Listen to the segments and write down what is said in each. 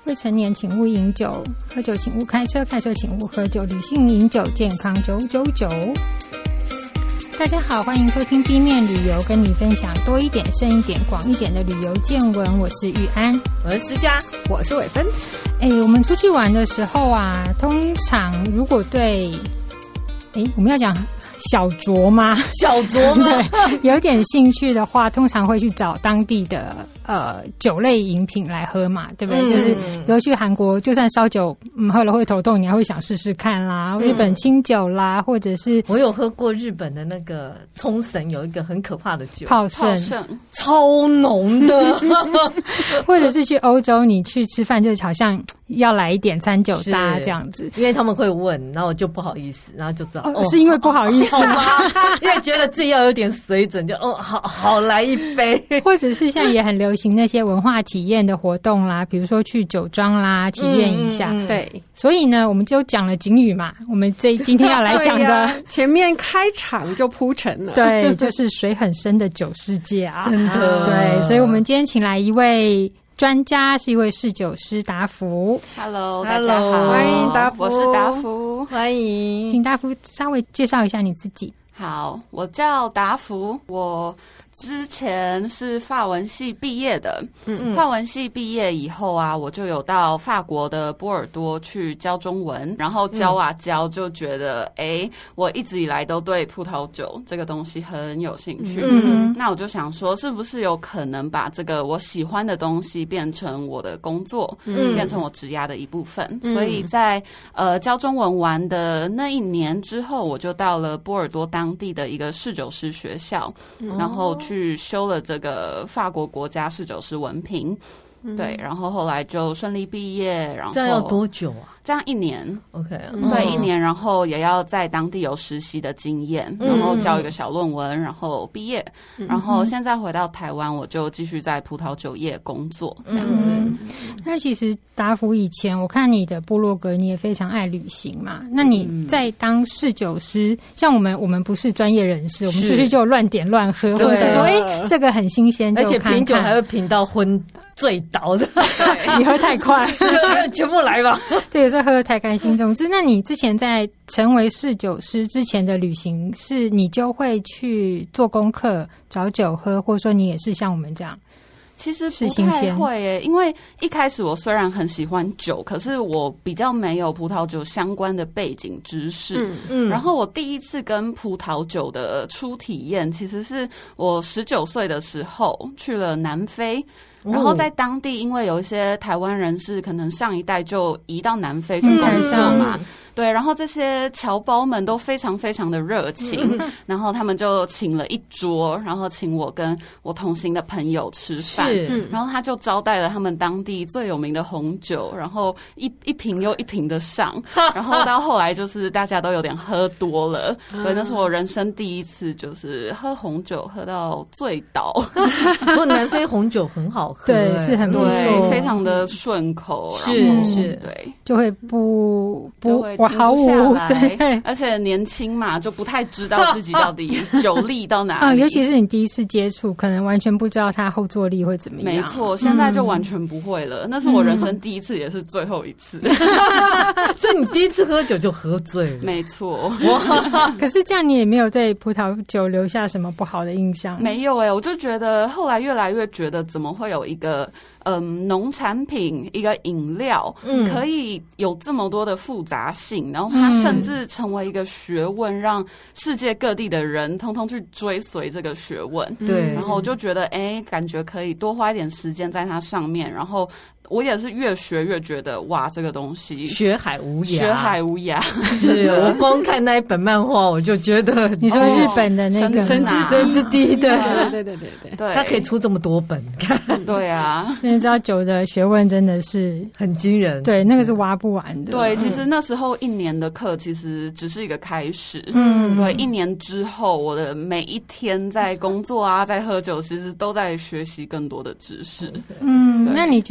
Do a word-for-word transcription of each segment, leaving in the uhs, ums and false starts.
未成年请勿饮酒，喝酒请勿开车，开车请勿喝酒，理性饮酒，健康九九九。大家好，欢迎收听 B 面旅游，跟你分享多一点、深一点、广一点的旅游见闻。我是玉安， 我是思佳，我是伟芬。 哎，我们出去玩的时候啊，通常如果对，哎，我们要讲小酌吗？ 小酌吗？ 对，有点兴趣的话，通常会去找当地的呃酒类饮品来喝嘛，对不对？嗯、就是尤其去韩国，就算烧酒，嗯，喝了会头痛，你还会想试试看啦。嗯、日本清酒啦，或者是我有喝过日本的那个冲绳有一个很可怕的酒， 泡盛， 超浓的。 或者是去欧洲，你去吃饭就好像要来一点餐酒搭这样子， 因为他们会问，然后我就不好意思，然后就知道、 哦哦、是因为不好意思吗？ 因为觉得自己要有点水准，就哦，好好来一杯。或者是现在也很流行那些文化体验的活动啦，比如说去酒庄啦，体验一下。 嗯嗯、对， 所以呢，我们就讲了景语嘛，我们这今天要来讲的、 啊，前面开场就铺陈了， 对，就是水很深的酒世界啊， 真的。 对，所以我们今天请来一位专家，是一位侍酒师达福。 Hello， 大家好， 欢迎达福， 我是达福， 欢迎， 请达福稍微介绍一下你自己。 好，我叫达福，我之前是法文系毕业的。嗯嗯，法文系毕业以后啊，我就有到法国的波尔多去教中文，然后教啊教，就觉得哎、嗯，我一直以来都对葡萄酒这个东西很有兴趣。嗯，那我就想说，是不是有可能把这个我喜欢的东西变成我的工作，嗯，变成我职涯的一部分？嗯、所以在呃教中文完的那一年之后，我就到了波尔多当地的一个侍酒师学校，嗯、然后去修了这个法国国家侍酒师文凭，嗯、对，然后后来就顺利毕业。然后这样要多久啊？ 这样一年 ，OK， 对，一年，然后也要在当地有实习的经验，然后交一个小论文，然后毕业，嗯、然后现在回到台湾，我就继续在葡萄酒业工作，这样子。 嗯、那其实达福以前我看你的部落格，你也非常爱旅行嘛。那你在当侍酒师，像我们我们不是专业人士，我们出去就乱点乱喝，或者是说，哎、欸，这个很新鲜， 而且品酒还会品到昏醉倒的， 你喝太快， 全部来吧。 对，有时候喝得太开心。总之，那你之前在成为侍酒师之前的旅行，是你就会去做功课找酒喝，或者说你也是像我们这样？ 其实不太会耶，因为一开始我虽然很喜欢酒，可是我比较没有葡萄酒相关的背景知识。嗯嗯。然后我第一次跟葡萄酒的初体验，其实是我十九岁的时候去了南非。然后在当地，因为有一些台湾人是可能上一代就移到南非去工作嘛。嗯对，然后这些侨胞们都非常非常的热情，嗯、然后他们就请了一桌，然后请我跟我同行的朋友吃饭，然后他就招待了他们当地最有名的红酒，然后一一瓶又一瓶的上，然后到后来就是大家都有点喝多了，对，那是我人生第一次就是喝红酒喝到醉倒。 不过南非红酒很好喝， 对，是很不错， 对，非常的顺口， 是是， 对， 就会不不。 我毫无对对， 而且年轻嘛，就不太知道自己到底酒力到哪里。 啊，尤其是你第一次接触，可能完全不知道它后坐力会怎么样。 没错，现在就完全不会了。嗯、那是我人生第一次，也是最后一次。 所以你第一次喝酒就喝醉了。 没错。 可是这样你也没有对葡萄酒留下什么不好的印象？ 没有哎、欸，我就觉得后来越来越觉得，怎么会有一个嗯农产品一个饮料，嗯，可以有这么多的复杂性。然后它甚至成为一个学问，让世界各地的人通通去追随这个学问。 对， 然后我就觉得，哎，感觉可以多花一点时间在它上面。然后我也是越学越觉得，哇，这个东西学海无涯， 学海无涯。 是我光看那一本漫画，我就觉得你说日本的那个神之神之低的， 对对对对对， 它可以出这么多本，看， 对啊， 你知道酒的学问真的是很惊人， 对，那个是挖不完的。 对，其实那时候一年的课其实只是一个开始，嗯，对，一年之后，我的每一天在工作啊，在喝酒，其实都在学习更多的知识。 嗯，那你觉得成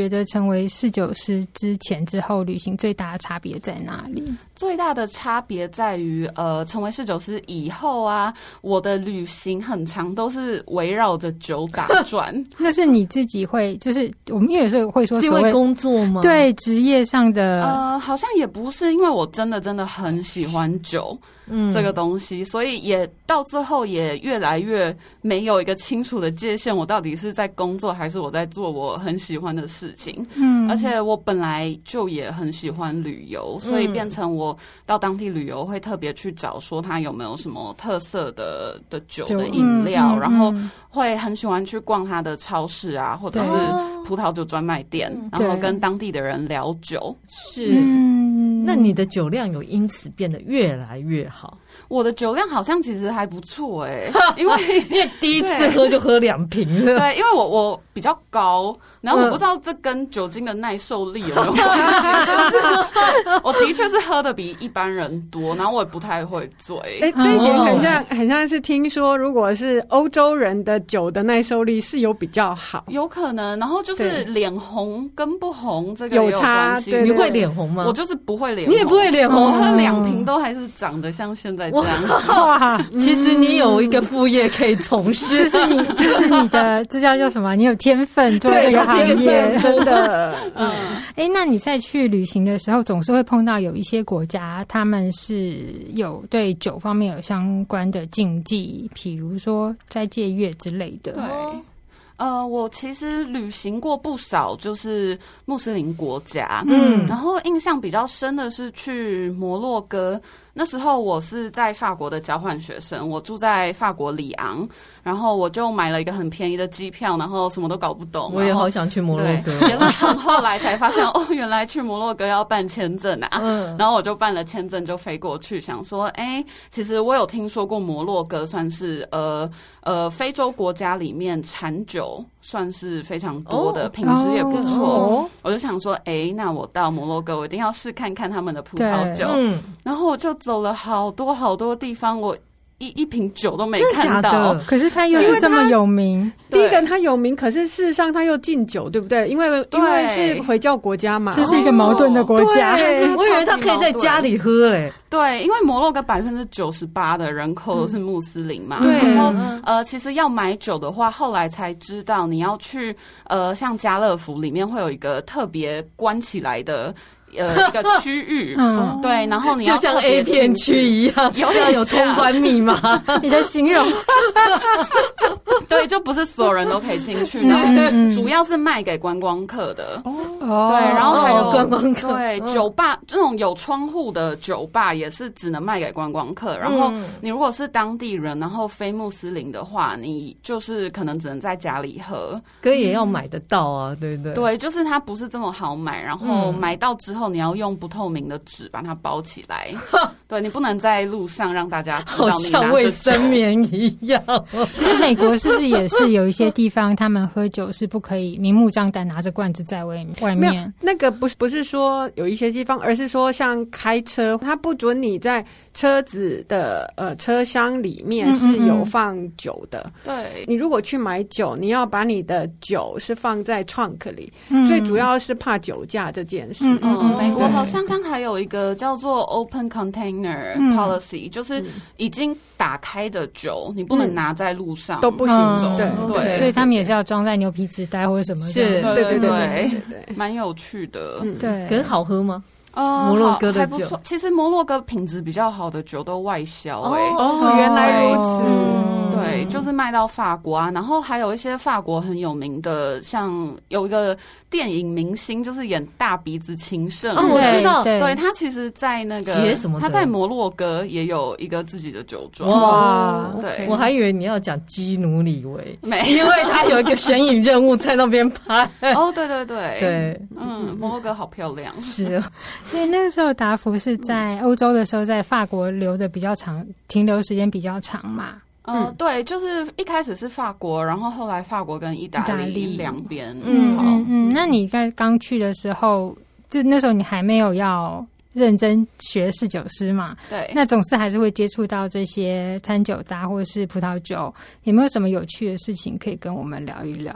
成为侍酒师之前之后旅行最大的差别在哪里？ 最大的差别在于，呃，成为侍酒师以后啊，我的旅行很长都是围绕着酒打转。 那是你自己会，就是我们因为有时候会说所谓， 是因为工作吗？ 对，职业上的， 呃，好像也不是，因为我真的真的很喜欢酒。嗯，这个东西，所以也到最后也越来越没有一个清楚的界限，我到底是在工作还是我在做我很喜欢的事情。嗯，而且我本来就也很喜欢旅游，所以变成我到当地旅游会特别去找说它有没有什么特色的的酒的饮料，嗯嗯嗯、然后会很喜欢去逛它的超市啊，或者是葡萄酒专卖店，然后跟当地的人聊酒。 是。嗯，那你的酒量有因此变得越来越好？ 我的酒量好像其实还不错哎、欸，因为因为第一次喝就喝两瓶了。 对，因为我我比较高，然后我不知道这跟酒精的耐受力有没有关系。我的确是喝的比一般人多，然后我也不太会醉。 哎、欸，这一点很像，很像是听说，如果是欧洲人的酒的耐受力是有比较好， 有可能。然后就是脸红跟不红这个也有关系。 对， 你会脸红吗？ 我就是不会脸红， 你也不会脸红。 我喝两瓶都还是长得像现在这样。 哇，其实你有一个副业可以从事， 这是你，这是你的，这叫做什么？你有天分做这个行业， 真的。 嗯，哎、欸，那你在去旅行的时候，总是会碰到有一些国家，他们是有对酒方面有相关的禁忌，比如说斋戒月之类的。 对。呃，我其实旅行过不少，就是穆斯林国家，嗯，然后印象比较深的是去摩洛哥。那时候我是在法国的交换学生，我住在法国里昂，然后我就买了一个很便宜的机票，然后什么都搞不懂。 我也好想去摩洛哥， 也是很后来才发现哦，原来去摩洛哥要办签证啊。嗯，然后我就办了签证就飞过去，想说，哎、欸，其实我有听说过摩洛哥算是呃呃非洲国家里面产酒算是非常多的，哦、品质也不错。哦、我就想说，哎、欸，那我到摩洛哥，我一定要试看看他们的葡萄酒。嗯，然后我就走了好多好多地方，我一一瓶酒都没看到。 可是它又是这么有名。 第一个它有名，可是事实上它又禁酒，对不对？因为因为是回教国家嘛， 这是一个矛盾的国家。 我以为它可以在家里喝嘞、欸。 对，因为摩洛哥百分之九十八的人口都是穆斯林嘛。 对、 嗯。然后呃，其实要买酒的话，后来才知道你要去呃，像家乐福里面会有一个特别关起来的。呃，一个区域，嗯，对，然后你要就像 A 片区一样， 有点有通关密码。 你的形容， 对，就不是所有人都可以进去，然后主要是卖给观光客的。哦，对，然后还有观光客， 对，酒吧这种有窗户的酒吧也是只能卖给观光客。然后你如果是当地人，然后非穆斯林的话，你就是可能只能在家里喝， 可也要买得到啊，对不对？ 对，就是它不是这么好买，然后买到之后。你要用不透明的纸把它包起来，对，你不能在路上让大家知道你拿着酒， 好像卫生棉一样。 其实美国是不是也是有一些地方，他们喝酒是不可以明目张胆拿着罐子在外外面？ 没有，那个不是不是说有一些地方，而是说像开车，他不准你在车子的呃车厢里面是有放酒的。 对、嗯， 你如果去买酒，你要把你的酒是放在 trunk 里，嗯、最主要是怕酒驾这件事。 嗯嗯。美国好像还有一个叫做 open container policy，、嗯、就是已经打开的酒，你不能拿在路上、嗯、 都不行走、 嗯。对，对，所以他们也是要装在牛皮纸袋或者什么的。 是，对对对对对，蛮有趣的。 嗯、对， 可是好喝吗？ 呃， 摩洛哥的酒还不错。其实摩洛哥品质比较好的酒都外销、欸，哎， 哦，原来如此。 嗯、对，就是卖到法国啊，然后还有一些法国很有名的，像有一个电影明星，就是演大鼻子情圣。 哦，我知道， 对，对他其实，在那个杰什么的， 他在摩洛哥也有一个自己的酒庄。 哇， 对， 我还以为你要讲基努里维， 没， 因为他有一个悬疑任务在那边拍。 哦，对对对， 对， 嗯，摩洛哥好漂亮。 是。 所以那个时候达福是在欧洲的时候，在法国留的比较长，停留时间比较长嘛。 呃、嗯，对，就是一开始是法国，然后后来法国跟意大利两边。 嗯嗯嗯。那你刚刚去的时候，就那时候你还没有要认真学侍酒师嘛？ 对。 那总是还是会接触到这些餐酒搭或是葡萄酒，有没有什么有趣的事情可以跟我们聊一聊？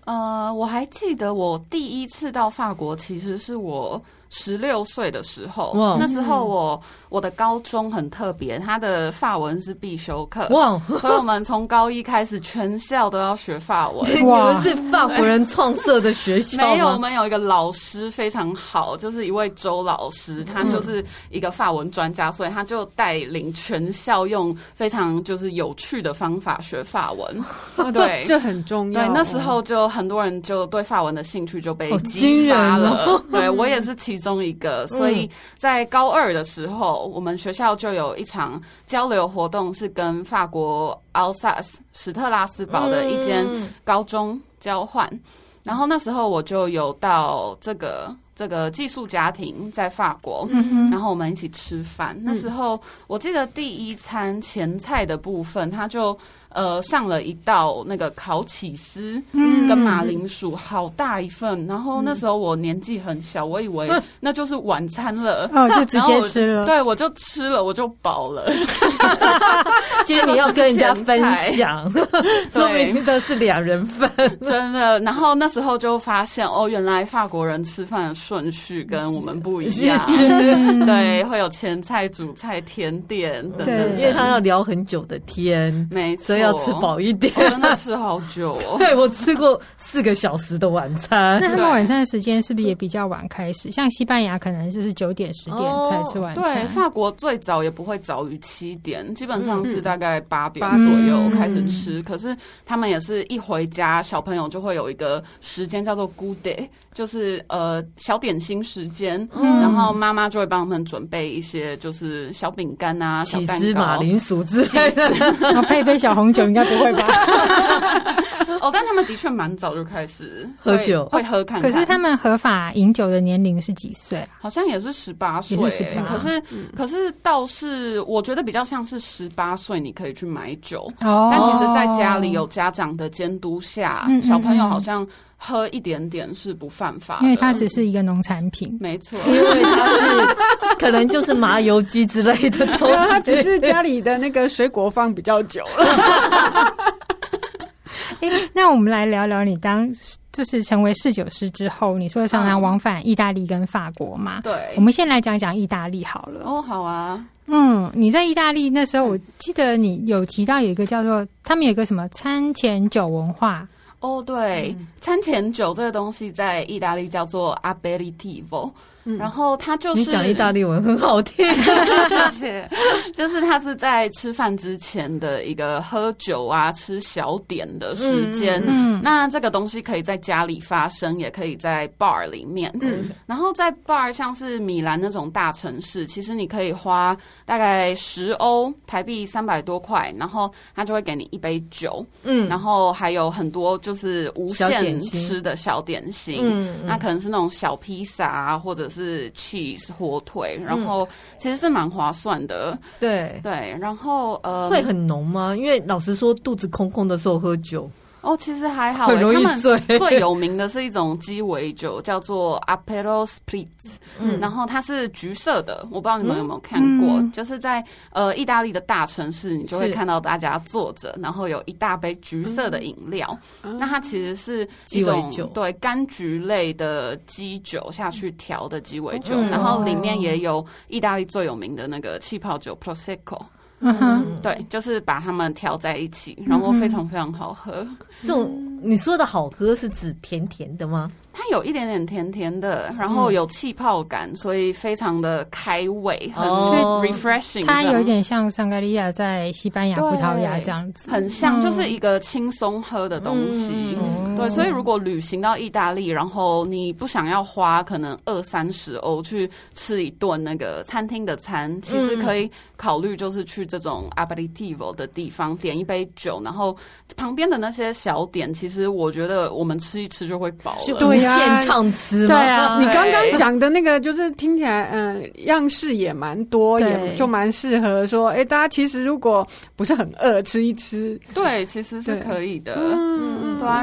呃，我还记得我第一次到法国，其实是我十六岁的时候。哇！那时候我我的高中很特别，它的法文是必修课。哇！所以我们从高一开始，全校都要学法文。 你们是法国人创设的学校吗？ 没有，我们有一个老师非常好，就是一位周老师，他就是一个法文专家，所以他就带领全校用非常就是有趣的方法学法文。对， 这很重要。 对，那时候就很多人就对法文的兴趣就被激发了。哦、对，我也是其中一个，所以在高二的时候，我们学校就有一场交流活动，是跟法国奥萨斯史特拉斯堡的一间高中交换。然后那时候我就有到这个这个寄宿家庭在法国，嗯、然后我们一起吃饭。嗯、那时候我记得第一餐前菜的部分，他就呃上了一道那个烤起司跟马铃薯，好大一份。然后那时候我年纪很小，我以为那就是晚餐了， 哦，就直接吃了。 对，我就吃了，我就饱了。 其实你要跟人家分享，说明的是两人份， 真的。然后那时候就发现，哦，原来法国人吃饭的顺序跟我们不一样。对，会有前菜、主菜、甜点等等， 因为他要聊很久的天， 没错， 所以要吃饱一点。 我真的吃好久哦。 对，我吃过四个小时的晚餐。 那他们晚餐的时间是不是也比较晚开始？像西班牙可能就是九点、十点才吃晚餐。 对，法国最早也不会早于七点，基本上是大概八点左右开始吃。嗯、可是他们也是一回家，小朋友就会有一个时间叫做 goûter， 就是呃小点心时间，嗯、然后妈妈就会帮他们准备一些就是小饼干啊、小蛋糕、 起司马铃薯之类的， 然后配一杯小红酒，应该不会吧？ 哦，但他们的确蛮早就开始喝酒， 会喝看看。 可是他们合法饮酒的年龄是几岁？ 好像也是十八岁，可是、嗯、可是倒是我觉得比较像是十八岁你可以去买酒，哦、但其实在家里有家长的监督下，嗯、小朋友好像喝一点点是不犯法的， 因为它只是一个农产品。 没错， 因为它是可能就是麻油鸡之类的东西， 它只是家里的那个水果放比较久了。 哎、欸，那我们来聊聊你当就是成为侍酒师之后，你说常常往返意大利跟法国嘛？ 对， 我们先来讲讲意大利好了。 哦，好啊。 嗯，你在意大利那时候，我记得你有提到有一个叫做他们有一个什么餐前酒文化。 哦，对，嗯、餐前酒这个东西在意大利叫做 aperitivo。嗯、然后它就是你讲意大利文很好听， 谢谢。就是它是在吃饭之前的一个喝酒啊、吃小点的时间。嗯，那这个东西可以在家里发生，也可以在 bar 里面。嗯，然后在 bar 像是米兰那种大城市，其实你可以花大概十欧台币三百多块，然后他就会给你一杯酒。嗯，然后还有很多就是无限吃的小点心。嗯，那可能是那种小披萨啊，或者是是 cheese 火腿，然后其实是蛮划算的。 对对，然后呃， 会很浓吗？因为老实说，肚子空空的时候喝酒。 哦，其实还好、欸， 很容易醉。 他们最有名的是一种鸡尾酒，叫做 Aperol Spritz，嗯，然后它是橘色的，我不知道你们有没有看过，嗯、就是在呃意大利的大城市，你就会看到大家坐着，然后有一大杯橘色的饮料，嗯、那它其实是一种对柑橘类的基酒下去调的鸡尾酒，嗯、然后里面也有意大利最有名的那个气泡酒 Prosecco。嗯哼，对，就是把它们调在一起，然后非常非常好喝。 这种你说的好喝是指甜甜的吗？ 它有一点点甜甜的，然后有气泡感，嗯、所以非常的开胃，很 refreshing。 它有点像桑格利亚在西班牙、葡萄牙这样子， 很像，就是一个轻松喝的东西。嗯、对，所以如果旅行到意大利，然后你不想要花可能二三十欧去吃一顿那个餐厅的餐，其实可以考虑就是去这种 aperitivo 的地方点一杯酒，然后旁边的那些小点，其实我觉得我们吃一吃就会饱了。 对。 现唱吃吗？ 对啊，你刚刚讲的那个就是听起来，嗯、呃，样式也蛮多，也就蛮适合说，哎、欸，大家其实如果不是很饿，吃一吃， 对，其实是可以的。嗯，对啊。然后因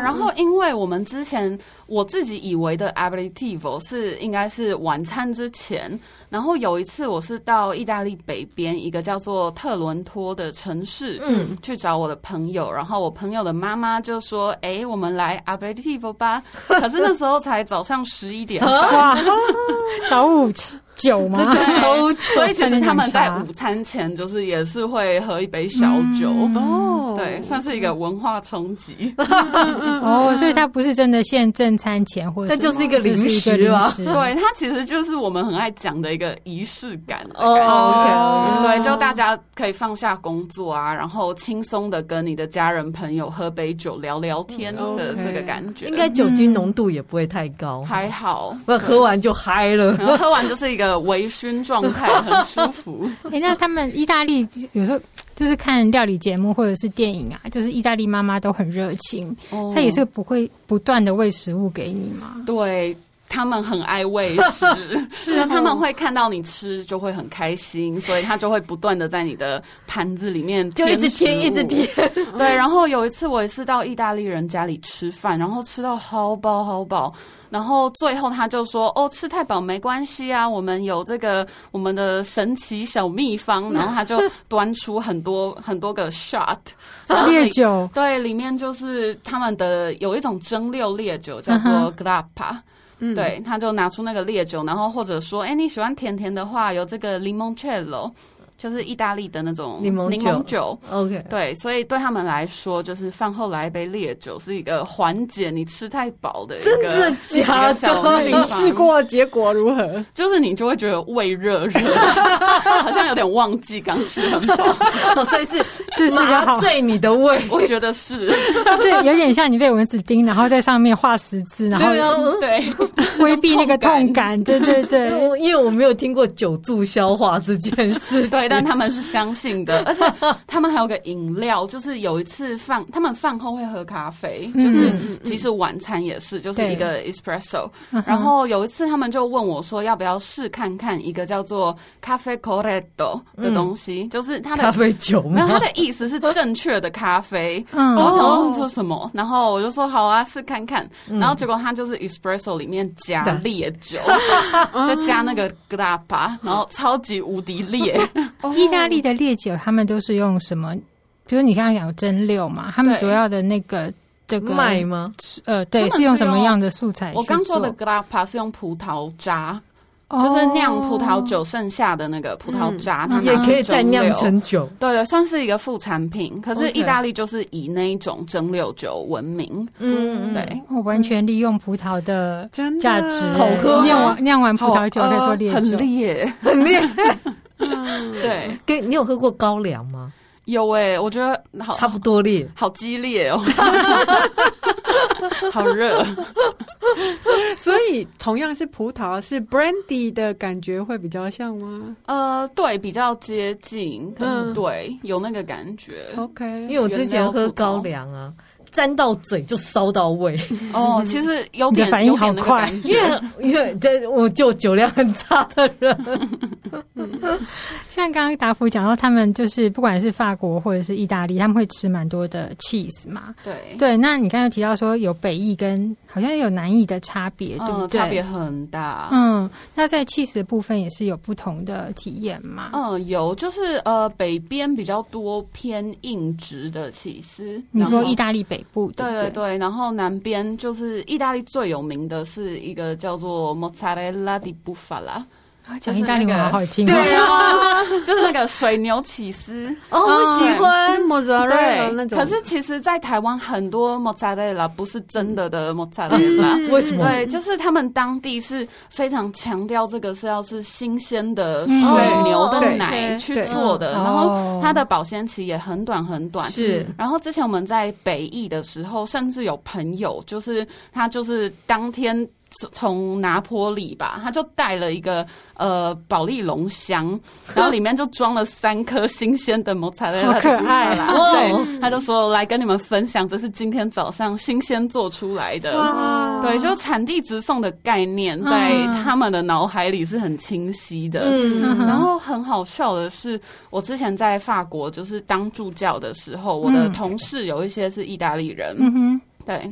因为我们之前我自己以为的 aperitivo 是应该是晚餐之前，然后有一次我是到意大利北边一个叫做特伦托的城市，嗯，去找我的朋友，然后我朋友的妈妈就说：“哎、欸，我们来 aperitivo 吧。”可是那时候才早上十一点半， 早午酒吗？ 对，所以其实他们在午餐前就是也是会喝一杯小酒，哦、嗯，对，算是一个文化冲击。 哦，所以它不是真的限正餐前，或者它就是一个零食啊。 对，它其实就是我们很爱讲的一个仪式感的感觉。哦，对，就大家可以放下工作啊，然后轻松的跟你的家人朋友喝杯酒聊聊天的这个感觉。 应该酒精浓度也不会太高， 还好， 不喝完就嗨了。 然后喝完就是一个微醺状态，很舒服。 哎、欸，那他们意大利有时候就是看料理节目或者是电影啊，就是意大利妈妈都很热情，她、哦、也是不会不断的喂食物给你嘛。 对。他们很爱喂食，是就他们会看到你吃就会很开心，所以他就会不断的在你的盘子里面就一直添一直添。 对，然后有一次我也是到意大利人家里吃饭，然后吃到好饱好饱，然后最后他就说：“哦，吃太饱没关系啊，我们有这个我们的神奇小秘方。”然后他就端出很多很多个 shot 烈酒， 对，里面就是他们的有一种蒸馏烈酒叫做 grappa。嗯、对，他就拿出那个烈酒，然后或者说，哎，你喜欢甜甜的话，有这个 limoncello， 就是意大利的那种柠檬酒。檬酒 OK， 对，所以对他们来说，就是饭后来一杯烈酒是一个缓解你吃太饱的一个真的假的？ 你试过结果如何？ 就是你就会觉得胃热热，好像有点忘记刚吃很饱， 所以是这是麻醉你的胃， 我觉得是， 这有点像你被蚊子叮，然后在上面画十字，然后对规避那个痛感，对对对。 因为我没有听过酒助消化这件事情， 对，但他们是相信的，而且他们还有个饮料，就是有一次饭，他们饭后会喝咖啡，就是即使晚餐也是，就是一个 espresso。然后有一次他们就问我说，要不要试看看一个叫做咖啡 corretto 的东西，就是它的咖啡酒吗？ 然后它的意思是正确的咖啡。嗯，我想问这是什么，然后我就说好啊，试看看。然后结果它就是 espresso 里面加烈酒，就加那个 grappa， 然后超级无敌烈。 意大利的烈酒他们都是用什么？比如你刚刚讲蒸馏嘛，他们主要的那个这个麦吗？ 呃，对，是用什么样的素材？ 我刚说的 grappa 是用葡萄渣。就是酿葡萄酒剩下的那个葡萄渣，它、 嗯、也可以再酿成酒。 对对，算是一个副产品。可是意大利就是以那一种蒸馏酒闻名。嗯，对， 我完全利用葡萄的价值， 好喝。 酿完酿完葡萄酒再做烈酒， 很烈， 很烈。 对， 跟你有喝过高粱吗？ 有诶、欸，我觉得好差不多烈， 好激烈哦，好热。 所以同样是葡萄，是 brandy 的感觉会比较像吗？ 呃，对，比较接近，嗯，对，有那个感觉。 OK， 因为我之前喝高粱啊。沾到嘴就烧到胃哦，其实有点反应好快， 因为因为这我就酒量很差的人。 像刚刚达福讲到，他们就是不管是法国或者是意大利，他们会吃蛮多的 cheese 嘛。 对对，那你刚才提到说有北意跟好像有南意的差别， 嗯、 对不对？ 差别很大。 嗯，那在 cheese 的部分也是有不同的体验嘛？ 嗯，有，就是呃北边比较多偏硬质的起司。 你说意大利北？对对 对, 对，然后南边就是意大利最有名的是一个叫做 mozzarella di bufala， 讲意大利文好好听， 对啊，就是那个水牛起司哦，我喜欢 mozzarella 那种。 可是其实，在台湾很多 mozzarella 不是真的的 mozzarella， 为什么？ 对，就是他们当地是非常强调这个是要是新鲜的水牛的奶去做的，然后它的保鲜期也很短很短。 是， 然后之前我们在北意的时候，甚至有朋友就是他就是当天。从拿坡里吧，他就带了一个呃保利龙箱，然后里面就装了三颗新鲜的 mozzarella， 好可爱啦！对，他就说来跟你们分享，这是今天早上新鲜做出来的。对，就产地直送的概念，在他们的脑海里是很清晰的。嗯，然后很好笑的是，我之前在法国就是当助教的时候，我的同事有一些是意大利人。嗯哼，对。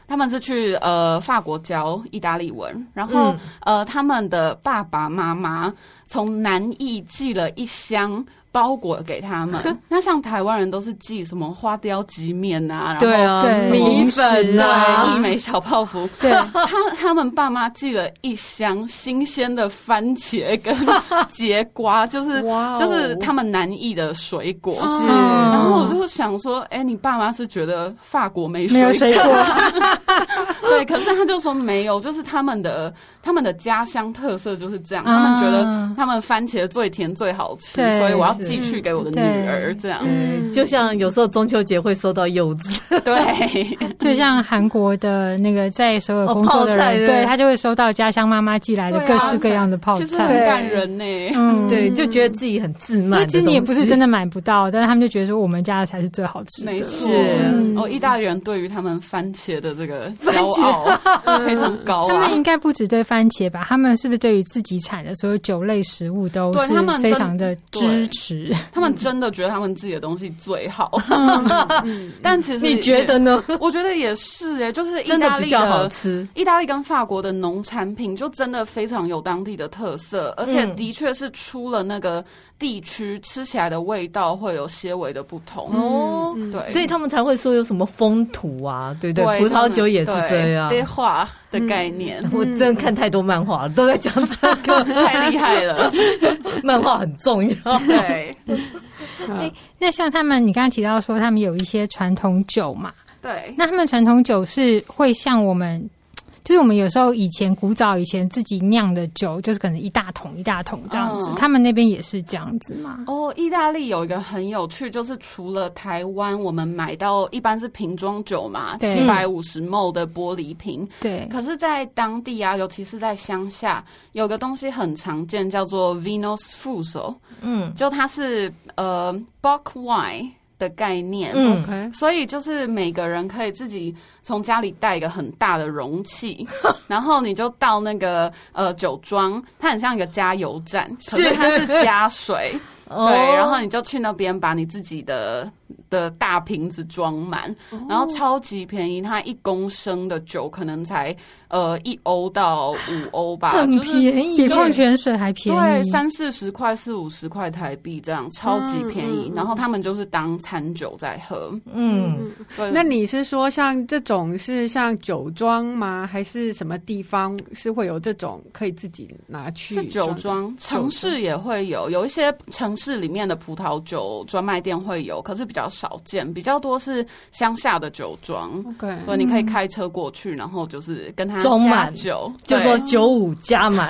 他们是去呃法国教意大利文，然后、嗯、呃他们的爸爸妈妈从南艺寄了一箱包裹给他们。那像台湾人都是寄什么花雕鸡面啊， 对啊，米粉啊， 一枚小泡芙。 对， 他他们爸妈寄了一箱新鲜的番茄跟节瓜，就是就是他们南艺的水果。 是， 然后我就想说，哎、欸，你爸妈是觉得法国没水果？ 没有水果。 对，可是他就说没有，就是他们的他们的家乡特色就是这样，他们觉得他们番茄最甜最好吃，所以我要继续给我的女儿这样。 对，就像有时候中秋节会收到柚子， 对， 就像韩国的那个在首尔工作的人， 哦、 对他就会收到家乡妈妈寄来的各式各样的泡菜， 其实很感人呢。 嗯， 对，就觉得自己很自满的东西。 其实你也不是真的买不到，但是他们就觉得说我们家的才是最好吃的。 没错，嗯、哦，意大利人对于他们番茄的这个骄傲非常高、啊。 他们应该不只对番茄吧？他们是不是对于自己产的所有酒类食物都是非常的支持？ 他们真的觉得他们自己的东西最好。嗯、但其实你觉得呢？ 我觉得也是哎、欸，就是意大利的， 真的比较好吃。 意大利跟法国的农产品就真的非常有当地的特色，而且的确是出了那个地区吃起来的味道会有些微的不同哦。 嗯、对， 所以他们才会说有什么风土啊，对不对？葡萄酒也是这样。 对话的概念、 嗯，我真的看太多漫画了，都在讲这个， 太厉害了。 漫画很重要。 对。 欸、那像他们，你刚才提到说他们有一些传统酒嘛？ 对。 那他们传统酒是会像我们，就是我们有时候以前古早以前自己酿的酒，就是可能一大桶一大桶这样子。嗯、他们那边也是这样子吗？ 哦，意大利有一个很有趣，就是除了台湾，我们买到一般是瓶装酒嘛，七百五十 ml 的玻璃瓶。 对。 可是，在当地啊，尤其是在乡下，有个东西很常见，叫做 Vino Sfuso。嗯，就它是呃 Bock Wine 的概念。 嗯 ，OK， 所以就是每个人可以自己从家里带一个很大的容器，然后你就到那个呃酒庄，它很像一个加油站，可是它是加水。对，然后你就去那边把你自己的的大瓶子装满，然后超级便宜，它一公升的酒可能才呃一欧到五欧吧， 很便宜， 比矿泉水还便宜， 对，三四十块、四五十块台币这样，超级便宜。嗯、然后他们就是当餐酒在喝， 嗯， 对。 那你是说像这种是像酒庄吗？还是什么地方是会有这种可以自己拿去？ 是酒庄，城市也会有，有一些城市里面的葡萄酒专卖店会有，可是比较少见，比较多是乡下的酒庄。 OK， 对，你可以开车过去，然后就是跟他装满酒， 就说九五加满，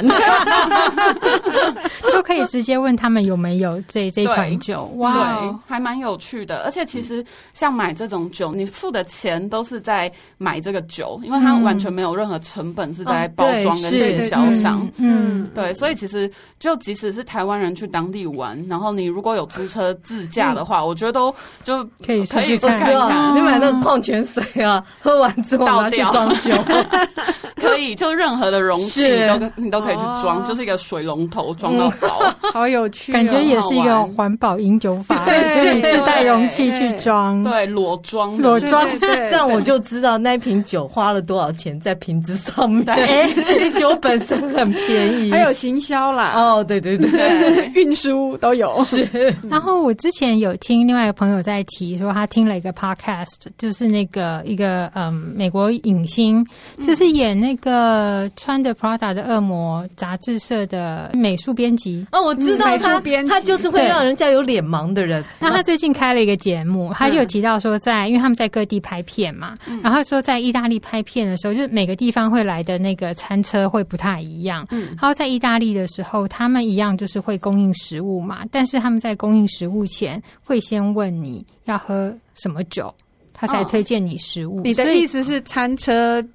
都可以直接问他们有没有这这款酒。哇， 对，还蛮有趣的。而且其实像买这种酒，你付的钱都是在买这个酒，因为它完全没有任何成本是在包装跟经销上。 嗯， 对，所以其实就即使是台湾人去当地玩，然后你如果有租车自驾的话，嗯、我觉得都就可以可以看看。 你买那个矿泉水啊，喝完之后拿去装酒， 可以，就任何的容器你都你都可以去装，哦、就是一个水龙头装到饱， 嗯、好有趣、哦， 感觉也是一个环保饮酒法，自己自带容器去装， 对，裸装， 裸装， 这样我就知道那瓶酒花了多少钱在瓶子上面。对，酒本身很便宜， 还有行销啦， 哦，对对对， 运输都有。 是。 然后我之前有听另外一个朋友在提说，他听了一个 podcast， 就是那个一个嗯美国影星，就是演那个穿着 Prada 的恶魔杂志社的美术编辑。 哦，我知道他， 嗯、 他就是会让人家有脸盲的人。 那他最近开了一个节目，他就有提到说在，在因为他们在各地拍片嘛，嗯、然后说在意大利拍片的时候，就是每个地方会来的那个餐车会不太一样。嗯，然后在意大利的时候，他们一样就是会供应食物嘛，但是他们在供应食物前会先问你要喝什么酒，他才推荐你食物。 哦、你的意思是餐车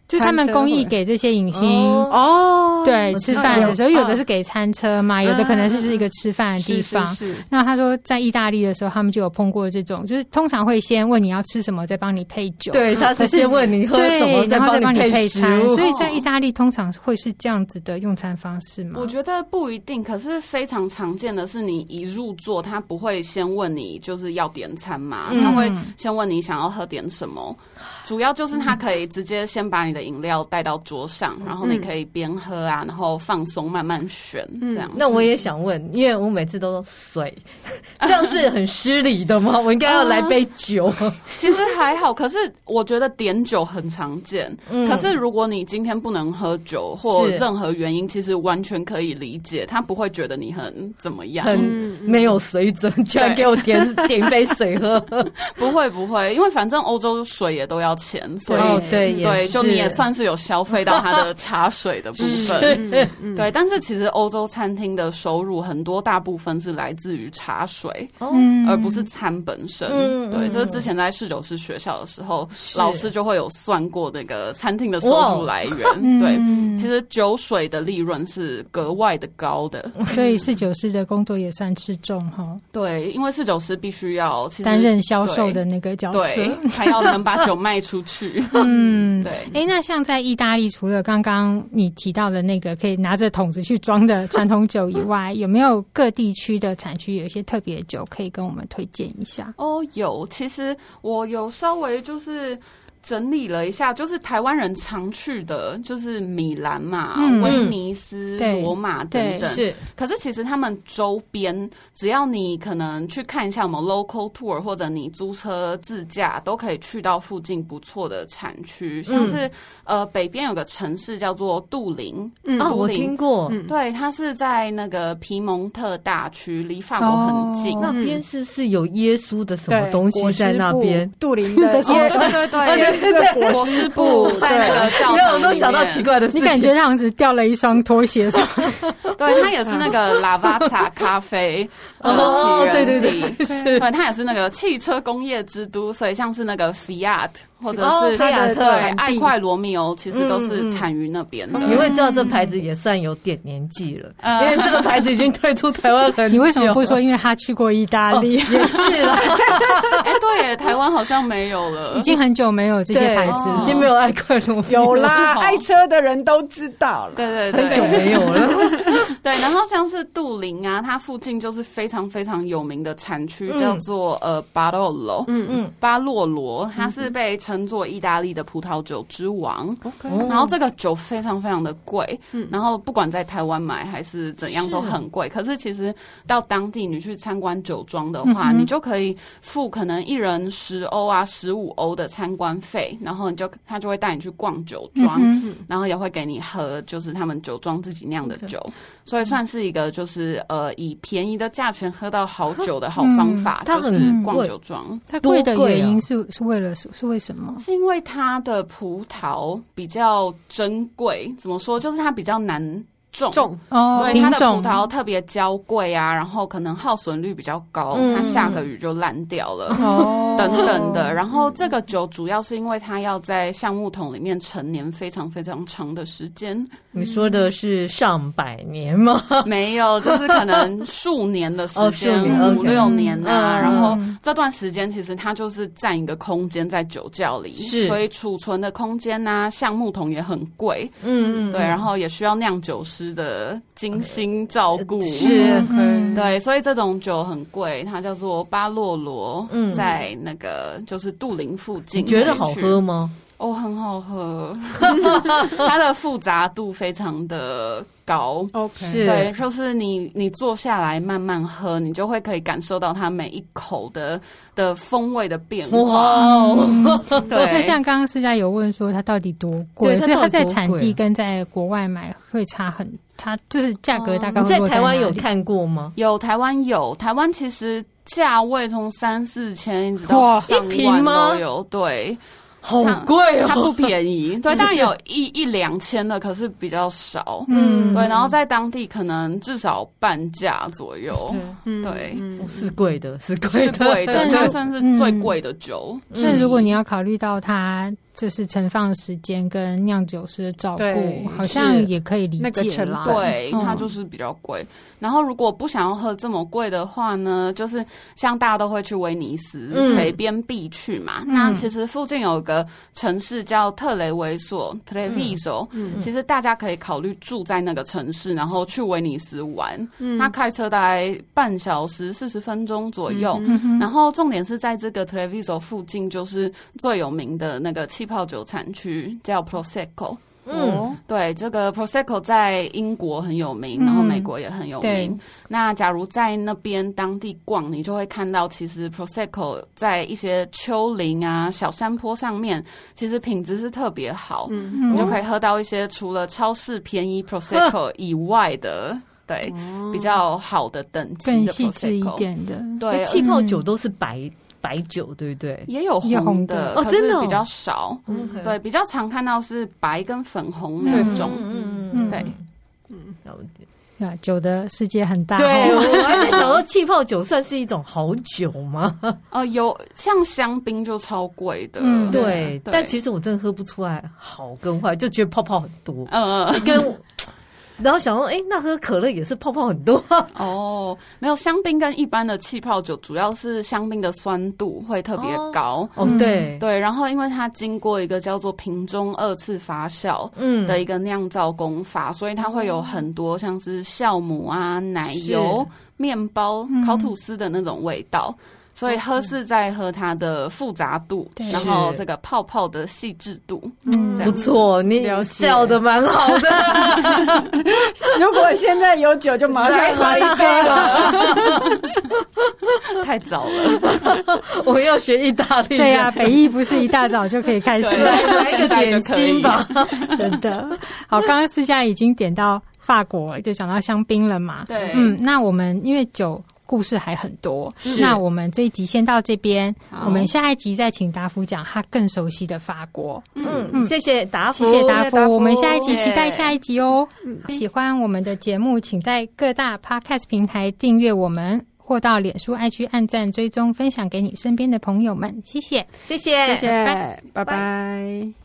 就是他们公益给这些影星哦， 对，吃饭的时候，有的是给餐车嘛，有的可能是是一个吃饭的地方。 是是是。 那他说在意大利的时候，他们就有碰过这种，就是通常会先问你要吃什么，再帮你配酒。 对，他是先问你喝什么， 然后再帮你配餐。 所以在意大利通常会是这样子的用餐方式吗？ 我觉得不一定，可是非常常见的是，你一入座，他不会先问你就是要点餐嘛，嗯、他会先问你想要喝点什么。主要就是他可以直接先把你的饮料带到桌上，然后你可以边喝啊，然后放松慢慢选这样、嗯。 那我也想问，因为我每次都说水，这样是很失礼的吗？我应该要来杯酒。 嗯、其实还好，可是我觉得点酒很常见。嗯、可是如果你今天不能喝酒或任何原因，其实完全可以理解，他不会觉得你很怎么样， 很没有水准，居然给我点点一杯水喝。 不会不会，因为反正欧洲水也都要钱，所以、 哦、对对，就你也算是有消费到它的茶水的部分。对，但是其实欧洲餐厅的收入很多大部分是来自于茶水，嗯、而不是餐本身。嗯、对，就是之前在侍酒师学校的时候，老师就会有算过那个餐厅的收入来源。对，其实酒水的利润是格外的高的， 所以侍酒师的工作也算吃重哈。 对，因为侍酒师必须要其实担任销售的那个角色， 对，还要能把酒卖出去。 嗯，对。哎、欸，那像在意大利，除了刚刚你提到的那个可以拿着桶子去装的传统酒以外，有没有各地区的产区有一些特别酒可以跟我们推荐一下？ 哦，有。其实我有稍微就是整理了一下，就是台湾人常去的，就是米兰嘛、嗯、威尼斯、罗马等等。是，可是其实他们周边，只要你可能去看一下我们 local tour， 或者你租车自驾，都可以去到附近不错的产区。像是、嗯、呃北边有个城市叫做杜林， 嗯，哦，我听过。 对，它是在那个皮蒙特大区，离法国很近。 哦、那边是是有耶稣的什么东西在那边？ 杜林的， 哦，对对对。 对对， 裹尸布在那个教堂里面， 我都想到奇怪的事情。 你感觉他好像只掉了一双拖鞋上。 对，它也是那个拉瓦塔咖啡的起源地。对对对，是。对，它也是那个汽车工业之都，所以像是那个 Fiat 或者是菲亚特、 对爱快罗密欧，其实都是产于那边的。 你会知道这牌子也算有点年纪了，因为这个牌子已经退出台湾很久。 你为什么不说？因为他去过意大利， 也是啦。 哎，对耶，台湾好像没有了， 已经很久没有这些牌子， 已经没有爱快罗密欧。 有啦，爱车的人都知道了。 对对对， 很久没有了。 对，然后像是杜林啊，它附近就是非常非常有名的产区，叫做呃巴洛罗，嗯嗯，巴洛罗，它是被称作意大利的葡萄酒之王。Okay. 然后这个酒非常非常的贵，嗯、然后不管在台湾买还是怎样都很贵。可是其实到当地你去参观酒庄的话，嗯、你就可以付可能一人十欧啊、十五欧的参观费，然后你就他就会带你去逛酒庄，嗯、然后也会给你喝就是他们酒庄自己酿的酒， okay. 所以算是一个就是呃以便宜的价钱喝到好酒的好方法，嗯、就是逛酒庄。 它贵的原因是是为了是为什么？ 是因为它的葡萄比较珍贵，怎么说？就是它比较难种，种哦， 对，它的葡萄特别娇贵啊，然后可能耗损率比较高，嗯、它下个雨就烂掉了，哦，等等的。然后这个酒主要是因为它要在橡木桶里面陈年非常非常长的时间。 你说的是上百年吗？ 没有，就是可能数年的时间，五、哦、六年啊。嗯、然后这段时间其实它就是占一个空间在酒窖里，是，所以储存的空间啊，橡木桶也很贵。嗯嗯，对，然后也需要酿酒师的精心照顾， 是， 嗯、对，所以这种酒很贵，它叫做巴洛罗，嗯、在那个就是杜林附近。 你觉得好喝吗？ 哦，很好喝，它的复杂度非常的高。 OK， 对，就是你你坐下来慢慢喝，你就会可以感受到它每一口的的风味的变化。 哇、嗯，对。那像刚刚思佳有问说它到底多贵，所以它在产地跟在国外买会差很差，就是价格大概会落在哪里？ 你在台湾有看过吗？ 有，台湾有，台湾其实价位从三四千一直到上万都有，对。 好贵哦， 它不便宜。对，当然有一一两千的，可是比较少。嗯，对，然后在当地可能至少半价左右。 嗯、 对、 嗯，是贵的，是贵的， 是贵的，它算是最贵的酒。 所以、嗯、如果你要考虑到它就是盛放时间跟酿酒师的照对顾，好像也可以理那个解啦。 成本对， 嗯它就是比较贵。然后如果不想要喝这么贵的话呢，就是像大家都会去威尼斯， 嗯北边必去嘛。 嗯那其实附近有个城市叫特雷维索 （Treviso），、 嗯其实大家可以考虑住在那个城市，然后去威尼斯玩。 嗯那开车大概半小时四十分钟左右。 嗯哼然后重点是在这个 Treviso 附近，就是最有名的那个气泡酒产区叫 Prosecco。 嗯， 对，这个 Prosecco 在英国很有名， 嗯然后美国也很有对名。那假如在那边当地逛，你就会看到，其实 Prosecco 在一些丘陵啊、小山坡上面，其实品质是特别好， 嗯你就可以喝到一些除了超市便宜 Prosecco 以外的，对，比较好的等级更的细致一 Prosecco。 点的。 对， 气泡酒都是白白酒，对不对？ 也有有红红的， 的可哦真的哦是比较少。 嗯， 对，比较常看到是白跟粉红那种。 嗯嗯对， 了解。 啊，酒的世界很大。 对， 哦我还在想说，气泡酒算是一种好酒吗？ 呃，有像香槟就超贵的。 嗯对， 对但其实我真的喝不出来好跟坏，就觉得泡泡很多， 嗯嗯跟我。然后想说，哎，那喝可乐也是泡泡很多。 哦，没有，香槟跟一般的气泡酒，主要是香槟的酸度会特别高。 哦，对， 对，然后因为它经过一个叫做瓶中二次发酵嗯的一个酿造工法，所以它会有很多像是酵母啊、奶油、面包、烤吐司的那种味道。所以喝是在喝它的复杂度， 对然后这个泡泡的细致度。 嗯不错，你了解笑的蛮好的。 如果现在有酒，就马上喝一杯了。 太早了， 我们要学意大利。 对呀、北艺不是一大早就可以开始对了， 来个点心吧。 真的。好，刚刚私下已经点到法国，就讲到香槟了嘛。 对嗯，那我们因为酒故事还很多，那我们这一集先到这边， 好我们下一集再请达夫讲他更熟悉的法国。 嗯，谢谢达夫， 谢谢达夫， 达夫我们下一集谢谢期待下一集哦。喜欢我们的节目，请在各大 Podcast 平台订阅我们，或到脸书、I G 按赞、追踪、分享给你身边的朋友们。谢谢。 谢谢， 谢谢， 拜拜拜。